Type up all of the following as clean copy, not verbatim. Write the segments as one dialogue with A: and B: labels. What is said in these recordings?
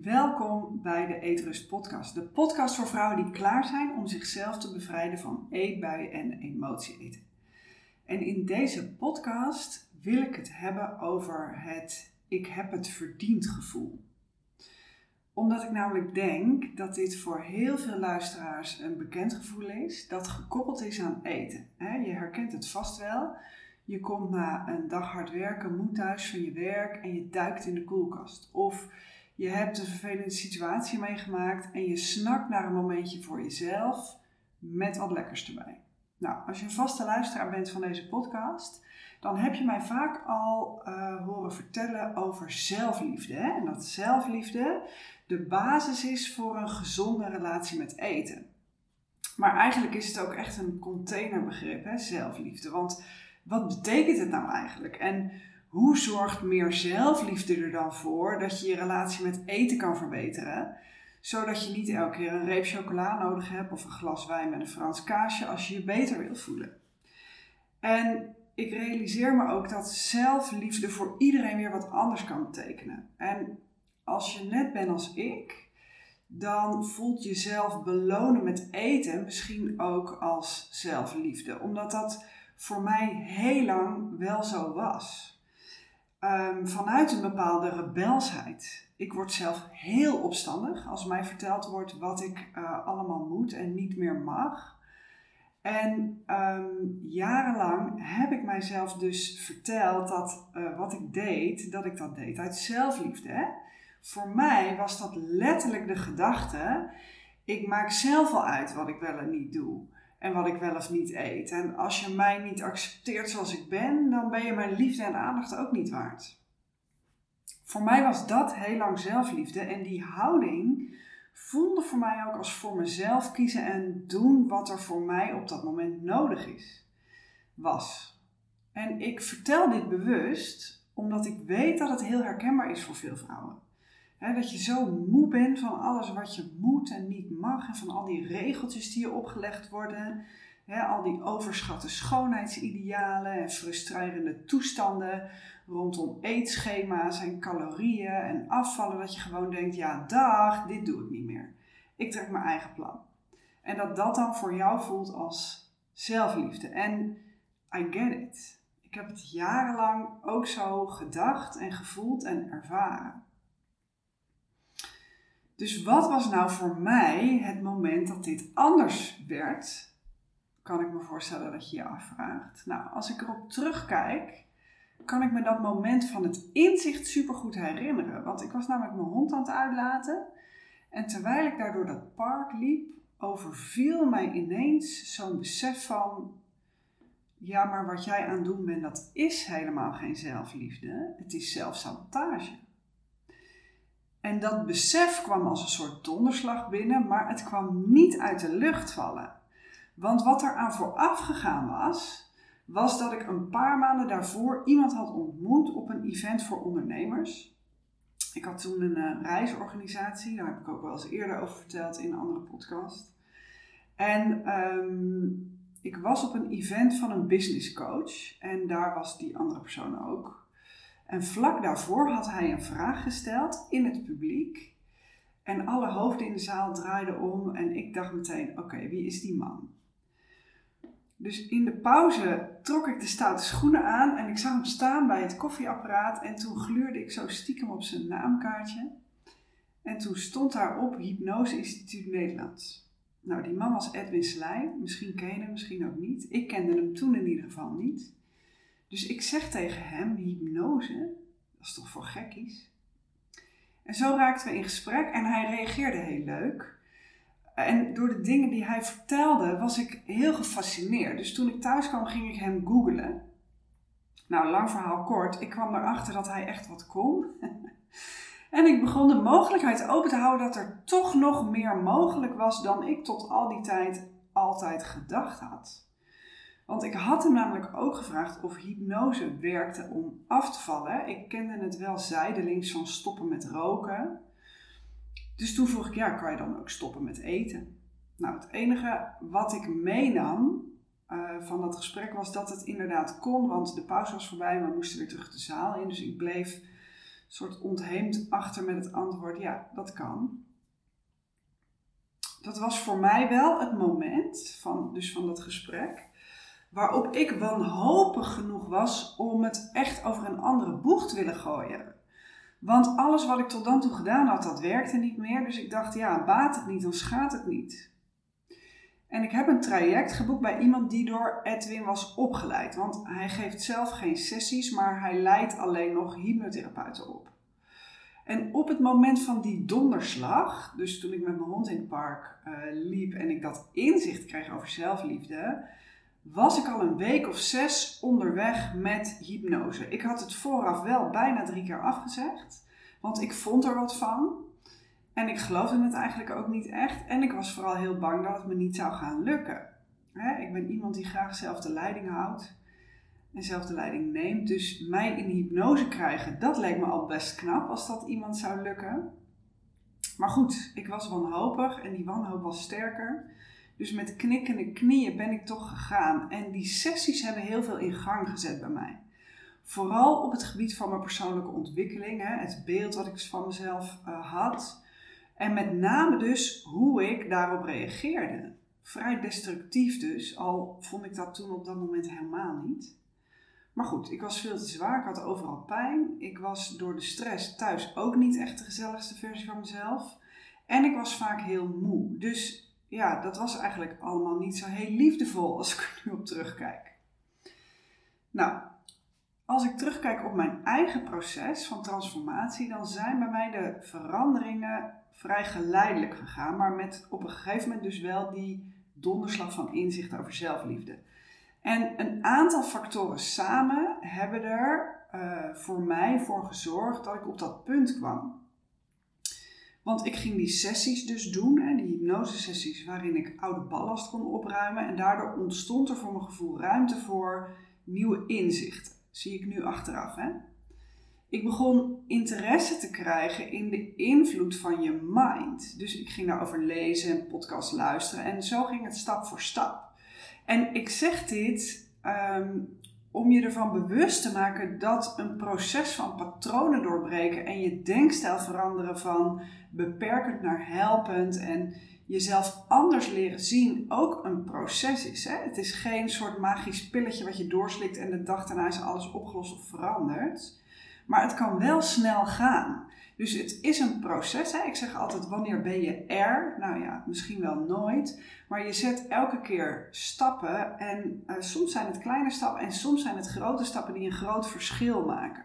A: Welkom bij de Eetrust podcast. De podcast voor vrouwen die klaar zijn om zichzelf te bevrijden van eetbuien en emotie-eten. En in deze podcast wil ik het hebben over het ik heb het verdiend gevoel. Omdat ik namelijk denk dat dit voor heel veel luisteraars een bekend gevoel is dat gekoppeld is aan eten. Je herkent het vast wel. Je komt na een dag hard werken moe thuis van je werk en je duikt in de koelkast. Of je hebt een vervelende situatie meegemaakt en je snakt naar een momentje voor jezelf met wat lekkers erbij. Nou, als je een vaste luisteraar bent van deze podcast, dan heb je mij vaak al horen vertellen over zelfliefde. En dat zelfliefde de basis is voor een gezonde relatie met eten. Maar eigenlijk is het ook echt een containerbegrip, zelfliefde. Want wat betekent het nou eigenlijk? En hoe zorgt meer zelfliefde er dan voor dat je je relatie met eten kan verbeteren? Zodat je niet elke keer een reep chocola nodig hebt of een glas wijn met een Frans kaasje als je je beter wil voelen. En ik realiseer me ook dat zelfliefde voor iedereen weer wat anders kan betekenen. En als je net bent als ik, dan voelt jezelf belonen met eten misschien ook als zelfliefde. Omdat dat voor mij heel lang wel zo was. Vanuit een bepaalde rebelsheid. Ik word zelf heel opstandig als mij verteld wordt wat ik allemaal moet en niet meer mag. En jarenlang heb ik mijzelf dus verteld dat wat ik deed, dat ik dat deed uit zelfliefde. Hè? Voor mij was dat letterlijk de gedachte, ik maak zelf al uit wat ik wel en niet doe. En wat ik wel of niet eet. En als je mij niet accepteert zoals ik ben, dan ben je mijn liefde en aandacht ook niet waard. Voor mij was dat heel lang zelfliefde. En die houding voelde voor mij ook als voor mezelf kiezen en doen wat er voor mij op dat moment nodig was. En ik vertel dit bewust, omdat ik weet dat het heel herkenbaar is voor veel vrouwen. Dat je zo moe bent van alles wat je moet en niet mag. En van al die regeltjes die je opgelegd worden. Al die overschatte schoonheidsidealen en frustrerende toestanden rondom eetschema's en calorieën en afvallen. Dat je gewoon denkt, ja dag, dit doe ik niet meer. Ik trek mijn eigen plan. En dat dan voor jou voelt als zelfliefde. En I get it. Ik heb het jarenlang ook zo gedacht en gevoeld en ervaren. Dus wat was nou voor mij het moment dat dit anders werd? Kan ik me voorstellen dat je je afvraagt. Nou, als ik erop terugkijk, kan ik me dat moment van het inzicht supergoed herinneren. Want ik was namelijk mijn hond aan het uitlaten. En terwijl ik daar door dat park liep, overviel mij ineens zo'n besef van, ja, maar wat jij aan het doen bent, dat is helemaal geen zelfliefde. Het is zelfsabotage. En dat besef kwam als een soort donderslag binnen, maar het kwam niet uit de lucht vallen. Want wat er aan vooraf gegaan was dat ik een paar maanden daarvoor iemand had ontmoet op een event voor ondernemers. Ik had toen een reisorganisatie, daar heb ik ook wel eens eerder over verteld in een andere podcast. En ik was op een event van een business coach en daar was die andere persoon ook. En vlak daarvoor had hij een vraag gesteld in het publiek. En alle hoofden in de zaal draaiden om. En ik dacht meteen, oké, wie is die man? Dus in de pauze trok ik de stoute schoenen aan. En ik zag hem staan bij het koffieapparaat. En toen gluurde ik zo stiekem op zijn naamkaartje. En toen stond daarop Hypnose Instituut Nederlands. Nou, die man was Edwin Selij. Misschien ken je hem, misschien ook niet. Ik kende hem toen in ieder geval niet. Dus ik zeg tegen hem, hypnose, dat is toch voor gekkies? En zo raakten we in gesprek en hij reageerde heel leuk. En door de dingen die hij vertelde was ik heel gefascineerd. Dus toen ik thuis kwam ging ik hem googlen. Nou, lang verhaal kort, ik kwam erachter dat hij echt wat kon. En ik begon de mogelijkheid open te houden dat er toch nog meer mogelijk was dan ik tot al die tijd altijd gedacht had. Want ik had hem namelijk ook gevraagd of hypnose werkte om af te vallen. Ik kende het wel zijdelings van stoppen met roken. Dus toen vroeg ik, ja, kan je dan ook stoppen met eten? Nou, het enige wat ik meenam van dat gesprek was dat het inderdaad kon. Want de pauze was voorbij en we moesten weer terug de zaal in. Dus ik bleef soort ontheemd achter met het antwoord, ja, dat kan. Dat was voor mij wel het moment van dat gesprek waarop ik wanhopig genoeg was om het echt over een andere boeg te willen gooien. Want alles wat ik tot dan toe gedaan had, dat werkte niet meer. Dus ik dacht, ja, baat het niet, dan schaadt het niet. En ik heb een traject geboekt bij iemand die door Edwin was opgeleid. Want hij geeft zelf geen sessies, maar hij leidt alleen nog hypnotherapeuten op. En op het moment van die donderslag, dus toen ik met mijn hond in het park liep en ik dat inzicht kreeg over zelfliefde, was ik al een week of 6 onderweg met hypnose. Ik had het vooraf wel bijna 3 keer afgezegd, want ik vond er wat van. En ik geloofde het eigenlijk ook niet echt. En ik was vooral heel bang dat het me niet zou gaan lukken. Ik ben iemand die graag zelf de leiding houdt en zelf de leiding neemt. Dus mij in hypnose krijgen, dat leek me al best knap als dat iemand zou lukken. Maar goed, ik was wanhopig en die wanhoop was sterker. Dus met knikkende knieën ben ik toch gegaan. En die sessies hebben heel veel in gang gezet bij mij. Vooral op het gebied van mijn persoonlijke ontwikkeling. Het beeld wat ik van mezelf had. En met name dus hoe ik daarop reageerde. Vrij destructief dus, al vond ik dat toen op dat moment helemaal niet. Maar goed, ik was veel te zwaar, ik had overal pijn. Ik was door de stress thuis ook niet echt de gezelligste versie van mezelf. En ik was vaak heel moe. Dus ja, dat was eigenlijk allemaal niet zo heel liefdevol als ik er nu op terugkijk. Nou, als ik terugkijk op mijn eigen proces van transformatie, dan zijn bij mij de veranderingen vrij geleidelijk gegaan, maar met op een gegeven moment dus wel die donderslag van inzicht over zelfliefde. En een aantal factoren samen hebben er voor mij voor gezorgd dat ik op dat punt kwam. Want ik ging die sessies dus doen, die hypnosesessies waarin ik oude ballast kon opruimen. En daardoor ontstond er voor mijn gevoel ruimte voor nieuwe inzichten. Zie ik nu achteraf. Ik begon interesse te krijgen in de invloed van je mind. Dus ik ging daarover lezen en podcasts luisteren. En zo ging het stap voor stap. En ik zeg dit om je ervan bewust te maken dat een proces van patronen doorbreken en je denkstijl veranderen van beperkend naar helpend en jezelf anders leren zien ook een proces is. Het is geen soort magisch pilletje wat je doorslikt en de dag daarna is alles opgelost of veranderd. Maar het kan wel snel gaan. Dus het is een proces. Ik zeg altijd, wanneer ben je er? Nou ja, misschien wel nooit. Maar je zet elke keer stappen. En soms zijn het kleine stappen en soms zijn het grote stappen die een groot verschil maken.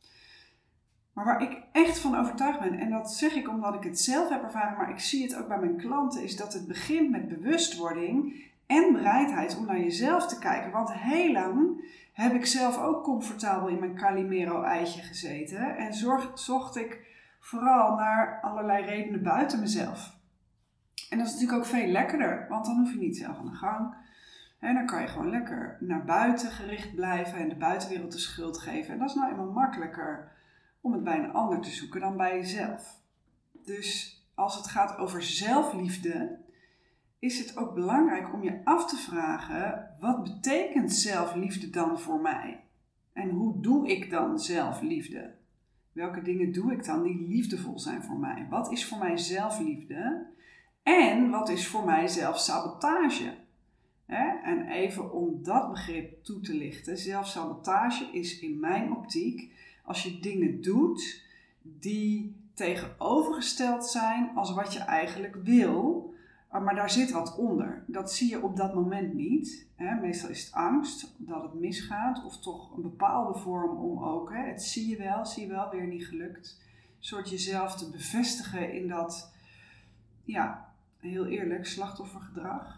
A: Maar waar ik echt van overtuigd ben, en dat zeg ik omdat ik het zelf heb ervaren, maar ik zie het ook bij mijn klanten, is dat het begint met bewustwording en bereidheid om naar jezelf te kijken. Want heel lang heb ik zelf ook comfortabel in mijn Calimero-eitje gezeten en zocht ik vooral naar allerlei redenen buiten mezelf. En dat is natuurlijk ook veel lekkerder, want dan hoef je niet zelf aan de gang. En dan kan je gewoon lekker naar buiten gericht blijven en de buitenwereld de schuld geven. En dat is nou eenmaal makkelijker om het bij een ander te zoeken dan bij jezelf. Dus als het gaat over zelfliefde, is het ook belangrijk om je af te vragen, wat betekent zelfliefde dan voor mij? En hoe doe ik dan zelfliefde? Welke dingen doe ik dan die liefdevol zijn voor mij? Wat is voor mij zelfliefde? En wat is voor mij zelfsabotage? En even om dat begrip toe te lichten. Zelfsabotage is in mijn optiek als je dingen doet die tegenovergesteld zijn als wat je eigenlijk wil. Maar daar zit wat onder. Dat zie je op dat moment niet. Meestal is het angst dat het misgaat. Of toch een bepaalde vorm om ook. Het zie je wel, weer niet gelukt. Een soort jezelf te bevestigen in dat, ja, heel eerlijk, slachtoffergedrag.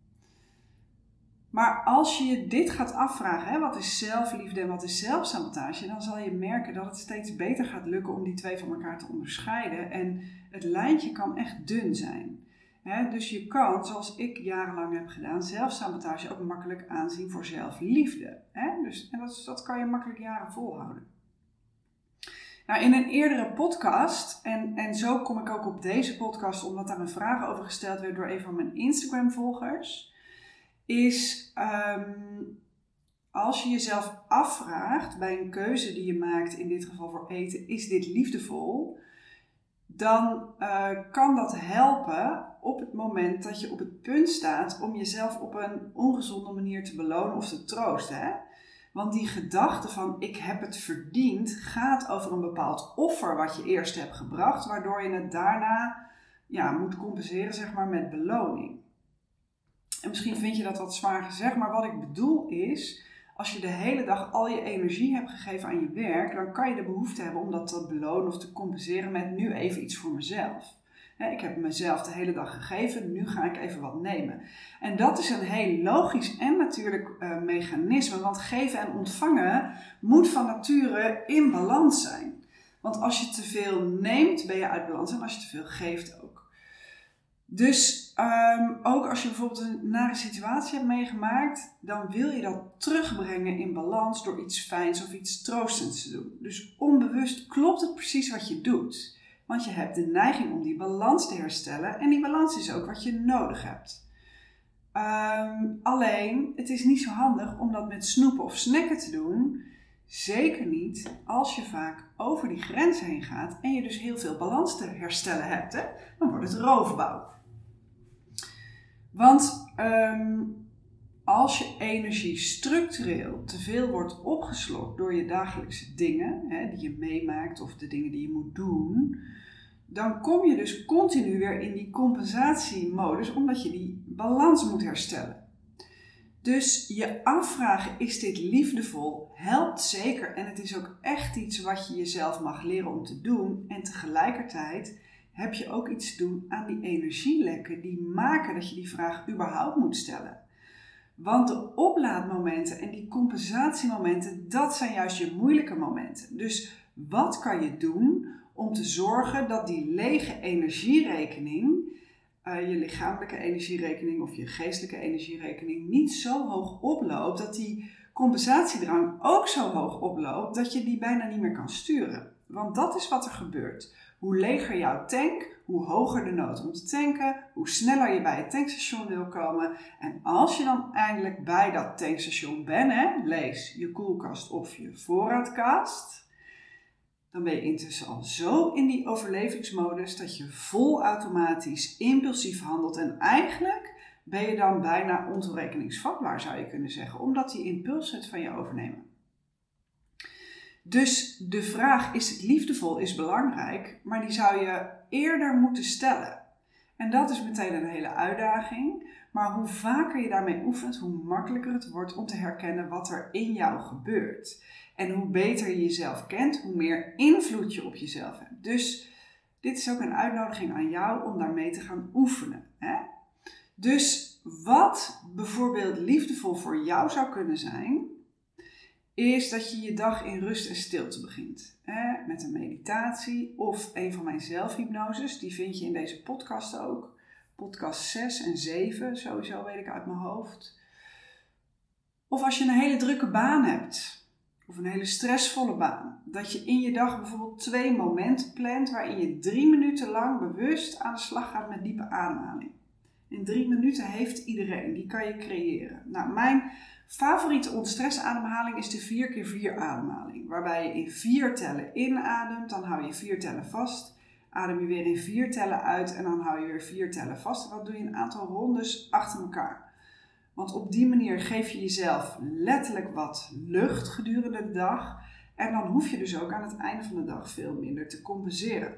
A: Maar als je dit gaat afvragen, wat is zelfliefde en wat is zelfsabotage, dan zal je merken dat het steeds beter gaat lukken om die twee van elkaar te onderscheiden. En het lijntje kan echt dun zijn. Dus je kan, zoals ik jarenlang heb gedaan, zelfsabotage ook makkelijk aanzien voor zelfliefde. En dat kan je makkelijk jaren volhouden. Nou, in een eerdere podcast, en zo kom ik ook op deze podcast, omdat daar een vraag over gesteld werd door een van mijn Instagram-volgers, is als je jezelf afvraagt bij een keuze die je maakt, in dit geval voor eten, is dit liefdevol? Dan kan dat helpen op het moment dat je op het punt staat om jezelf op een ongezonde manier te belonen of te troosten. Hè? Want die gedachte van ik heb het verdiend gaat over een bepaald offer wat je eerst hebt gebracht, waardoor je het daarna moet compenseren, zeg maar, met beloning. En misschien vind je dat wat zwaar gezegd, maar wat ik bedoel is, als je de hele dag al je energie hebt gegeven aan je werk, dan kan je de behoefte hebben om dat te belonen of te compenseren met nu even iets voor mezelf. Ik heb mezelf de hele dag gegeven, nu ga ik even wat nemen. En dat is een heel logisch en natuurlijk mechanisme, want geven en ontvangen moet van nature in balans zijn. Want als je te veel neemt, ben je uit balans en als je te veel geeft ook. Dus ook als je bijvoorbeeld een nare situatie hebt meegemaakt, dan wil je dat terugbrengen in balans door iets fijns of iets troostends te doen. Dus onbewust klopt het precies wat je doet. Want je hebt de neiging om die balans te herstellen en die balans is ook wat je nodig hebt. Alleen, het is niet zo handig om dat met snoepen of snacken te doen. Zeker niet als je vaak over die grens heen gaat en je dus heel veel balans te herstellen hebt. Hè? Dan wordt het roofbouw. Want als je energie structureel te veel wordt opgeslokt door je dagelijkse dingen, die je meemaakt of de dingen die je moet doen, dan kom je dus continu weer in die compensatiemodus omdat je die balans moet herstellen. Dus je afvragen, is dit liefdevol, helpt zeker en het is ook echt iets wat je jezelf mag leren om te doen. En tegelijkertijd heb je ook iets te doen aan die energielekken die maken dat je die vraag überhaupt moet stellen. Want de oplaadmomenten en die compensatiemomenten, dat zijn juist je moeilijke momenten. Dus wat kan je doen om te zorgen dat die lege energierekening, je lichamelijke energierekening of je geestelijke energierekening niet zo hoog oploopt, dat die compensatiedrang ook zo hoog oploopt dat je die bijna niet meer kan sturen. Want dat is wat er gebeurt. Hoe leger jouw tank, hoe hoger de nood om te tanken, hoe sneller je bij het tankstation wil komen. En als je dan eindelijk bij dat tankstation bent, lees je koelkast of je voorraadkast, dan ben je intussen al zo in die overlevingsmodus dat je vol automatisch impulsief handelt. En eigenlijk ben je dan bijna ontoerekeningsvatbaar, zou je kunnen zeggen, omdat die impulsen het van je overnemen. Dus de vraag, is het liefdevol, is belangrijk, maar die zou je eerder moeten stellen. En dat is meteen een hele uitdaging, maar hoe vaker je daarmee oefent, hoe makkelijker het wordt om te herkennen wat er in jou gebeurt. En hoe beter je jezelf kent, hoe meer invloed je op jezelf hebt. Dus dit is ook een uitnodiging aan jou om daarmee te gaan oefenen. Dus wat bijvoorbeeld liefdevol voor jou zou kunnen zijn, is dat je je dag in rust en stilte begint. Met een meditatie of een van mijn zelfhypnoses. Die vind je in deze podcast ook. Podcast 6 en 7, sowieso weet ik uit mijn hoofd. Of als je een hele drukke baan hebt. Of een hele stressvolle baan. Dat je in je dag bijvoorbeeld 2 momenten plant waarin je 3 minuten lang bewust aan de slag gaat met diepe ademhaling. In 3 minuten heeft iedereen, die kan je creëren. Nou, mijn favoriete ontstressademhaling is de 4x4 ademhaling. Waarbij je in 4 tellen inademt, dan hou je 4 tellen vast. Adem je weer in 4 tellen uit en dan hou je weer 4 tellen vast. En dat doe je een aantal rondes achter elkaar. Want op die manier geef je jezelf letterlijk wat lucht gedurende de dag. En dan hoef je dus ook aan het einde van de dag veel minder te compenseren.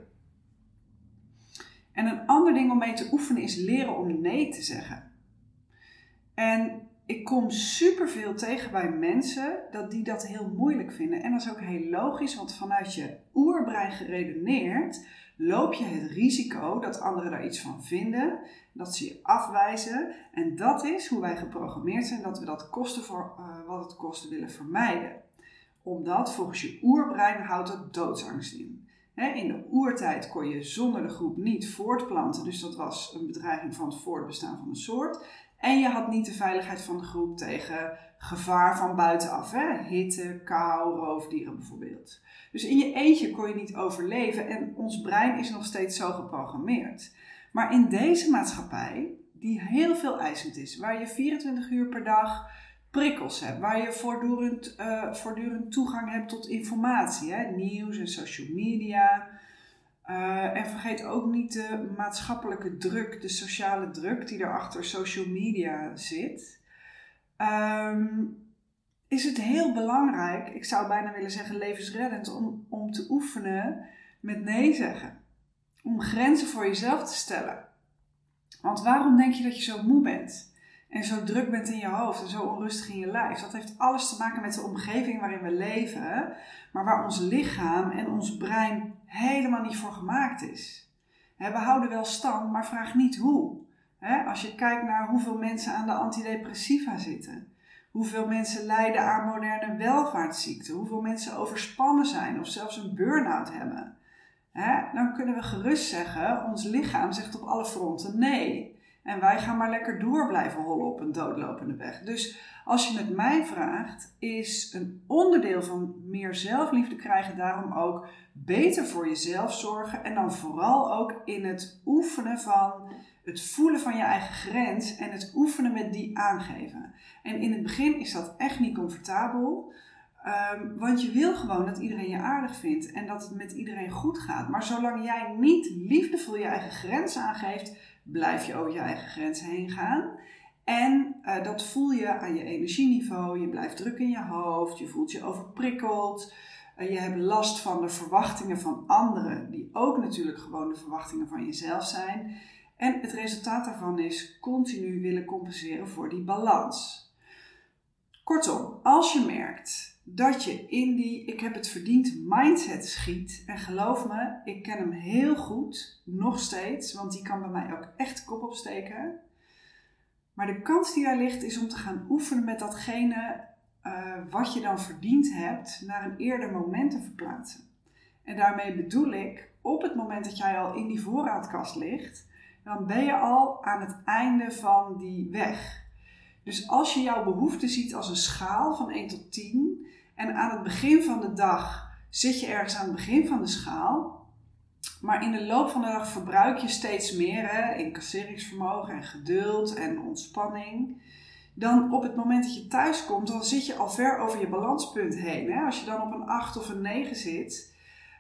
A: En een ander ding om mee te oefenen is leren om nee te zeggen. En ik kom superveel tegen bij mensen die dat heel moeilijk vinden. En dat is ook heel logisch, want vanuit je oerbrein geredeneerd loop je het risico dat anderen daar iets van vinden, dat ze je afwijzen. En dat is hoe wij geprogrammeerd zijn, dat we dat kosten voor wat het kosten willen vermijden. Omdat volgens je oerbrein houdt het doodsangst in. In de oertijd kon je zonder de groep niet voortplanten, dus dat was een bedreiging van het voortbestaan van een soort. En je had niet de veiligheid van de groep tegen gevaar van buitenaf. Hitte, kou, roofdieren bijvoorbeeld. Dus in je eentje kon je niet overleven en ons brein is nog steeds zo geprogrammeerd. Maar in deze maatschappij, die heel veel eisend is, waar je 24 uur per dag prikkels hebt, waar je voortdurend toegang hebt tot informatie, hè? Nieuws en social media. En vergeet ook niet de maatschappelijke druk, de sociale druk die er achter social media zit. Is het heel belangrijk, ik zou bijna willen zeggen levensreddend, om te oefenen met nee zeggen. Om grenzen voor jezelf te stellen. Want waarom denk je dat je zo moe bent? En zo druk bent in je hoofd en zo onrustig in je lijf? Dat heeft alles te maken met de omgeving waarin we leven, maar waar ons lichaam en ons brein helemaal niet voor gemaakt is. We houden wel stand, maar vraag niet hoe. Als je kijkt naar hoeveel mensen aan de antidepressiva zitten, hoeveel mensen lijden aan moderne welvaartsziekten, hoeveel mensen overspannen zijn of zelfs een burn-out hebben, dan kunnen we gerust zeggen, ons lichaam zegt op alle fronten nee. En wij gaan maar lekker door blijven hollen op een doodlopende weg. Dus als je het mij vraagt, is een onderdeel van meer zelfliefde krijgen daarom ook beter voor jezelf zorgen. En dan vooral ook in het oefenen van het voelen van je eigen grens en het oefenen met die aangeven. En in het begin is dat echt niet comfortabel. Want je wil gewoon dat iedereen je aardig vindt en dat het met iedereen goed gaat. Maar zolang jij niet liefdevol je eigen grens aangeeft, blijf je over je eigen grenzen heen gaan. En dat voel je aan je energieniveau. Je blijft druk in je hoofd, je voelt je overprikkeld. Je hebt last van de verwachtingen van anderen, die ook natuurlijk gewoon de verwachtingen van jezelf zijn. En het resultaat daarvan is continu willen compenseren voor die balans. Kortom, als je merkt dat je in die ik heb het verdiend mindset schiet, en geloof me, ik ken hem heel goed, nog steeds, want die kan bij mij ook echt de kop opsteken. Maar de kans die daar ligt is om te gaan oefenen met datgene wat je dan verdiend hebt naar een eerder moment te verplaatsen. En daarmee bedoel ik, op het moment dat jij al in die voorraadkast ligt, dan ben je al aan het einde van die weg. Dus als je jouw behoefte ziet als een schaal van 1 tot 10 en aan het begin van de dag zit je ergens aan het begin van de schaal, maar in de loop van de dag verbruik je steeds meer incasseringsvermogen en geduld en ontspanning, dan op het moment dat je thuis komt, dan zit je al ver over je balanspunt heen. Als je dan op een 8 of een 9 zit,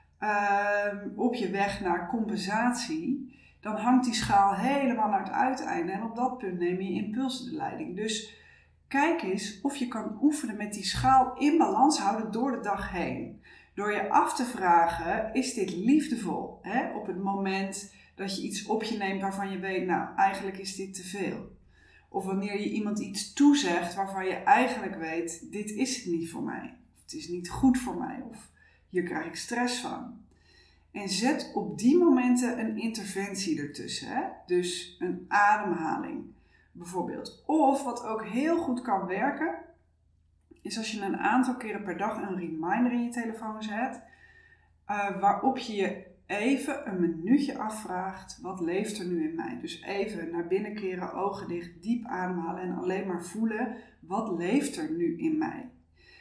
A: op je weg naar compensatie, dan hangt die schaal helemaal naar het uiteinde en op dat punt neem je impulsen de leiding. Dus kijk eens of je kan oefenen met die schaal in balans houden door de dag heen. Door je af te vragen, is dit liefdevol? Op het moment dat je iets op je neemt waarvan je weet, nou eigenlijk is dit te veel. Of wanneer je iemand iets toezegt waarvan je eigenlijk weet, dit is het niet voor mij. Of het is niet goed voor mij. Of hier krijg ik stress van. En zet op die momenten een interventie ertussen. Dus een ademhaling bijvoorbeeld. Of wat ook heel goed kan werken, is als je een aantal keren per dag een reminder in je telefoon zet. Waarop je je even een minuutje afvraagt, wat leeft er nu in mij? Dus even naar binnen keren, ogen dicht, diep ademhalen en alleen maar voelen, wat leeft er nu in mij?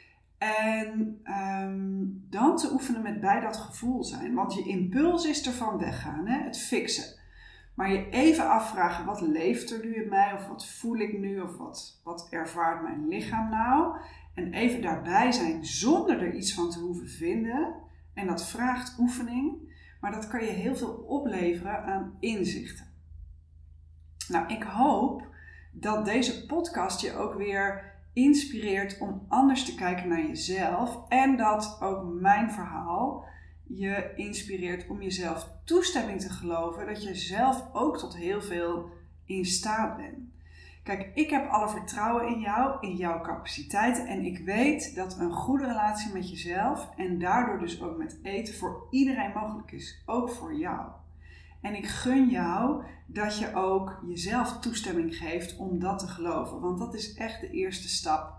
A: En dan te oefenen met bij dat gevoel zijn. Want je impuls is ervan weggaan, het fixen. Maar je even afvragen, wat leeft er nu in mij? Of wat voel ik nu? Of wat ervaart mijn lichaam nou? En even daarbij zijn zonder er iets van te hoeven vinden. En dat vraagt oefening. Maar dat kan je heel veel opleveren aan inzichten. Nou, ik hoop dat deze podcast je ook weer inspireert om anders te kijken naar jezelf. En dat ook mijn verhaal je inspireert om jezelf toestemming te geloven dat je zelf ook tot heel veel in staat bent. Kijk, ik heb alle vertrouwen in jou, in jouw capaciteiten. En ik weet dat een goede relatie met jezelf en daardoor dus ook met eten voor iedereen mogelijk is. Ook voor jou. En ik gun jou dat je ook jezelf toestemming geeft om dat te geloven. Want dat is echt de eerste stap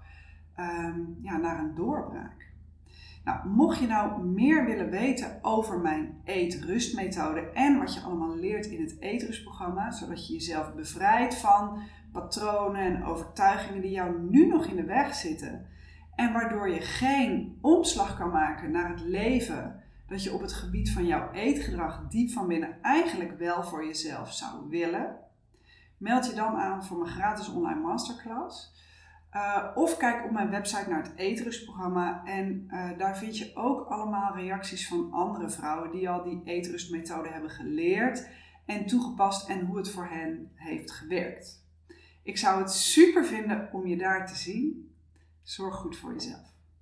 A: naar een doorbraak. Nou, mocht je nou meer willen weten over mijn eet-rust-methode en wat je allemaal leert in het eetrustprogramma, zodat je jezelf bevrijdt van patronen en overtuigingen die jou nu nog in de weg zitten en waardoor je geen omslag kan maken naar het leven dat je op het gebied van jouw eetgedrag diep van binnen eigenlijk wel voor jezelf zou willen, meld je dan aan voor mijn gratis online masterclass. Of kijk op mijn website naar het Eetrustprogramma en daar vind je ook allemaal reacties van andere vrouwen die al die eetrustmethode hebben geleerd en toegepast en hoe het voor hen heeft gewerkt. Ik zou het super vinden om je daar te zien. Zorg goed voor jezelf.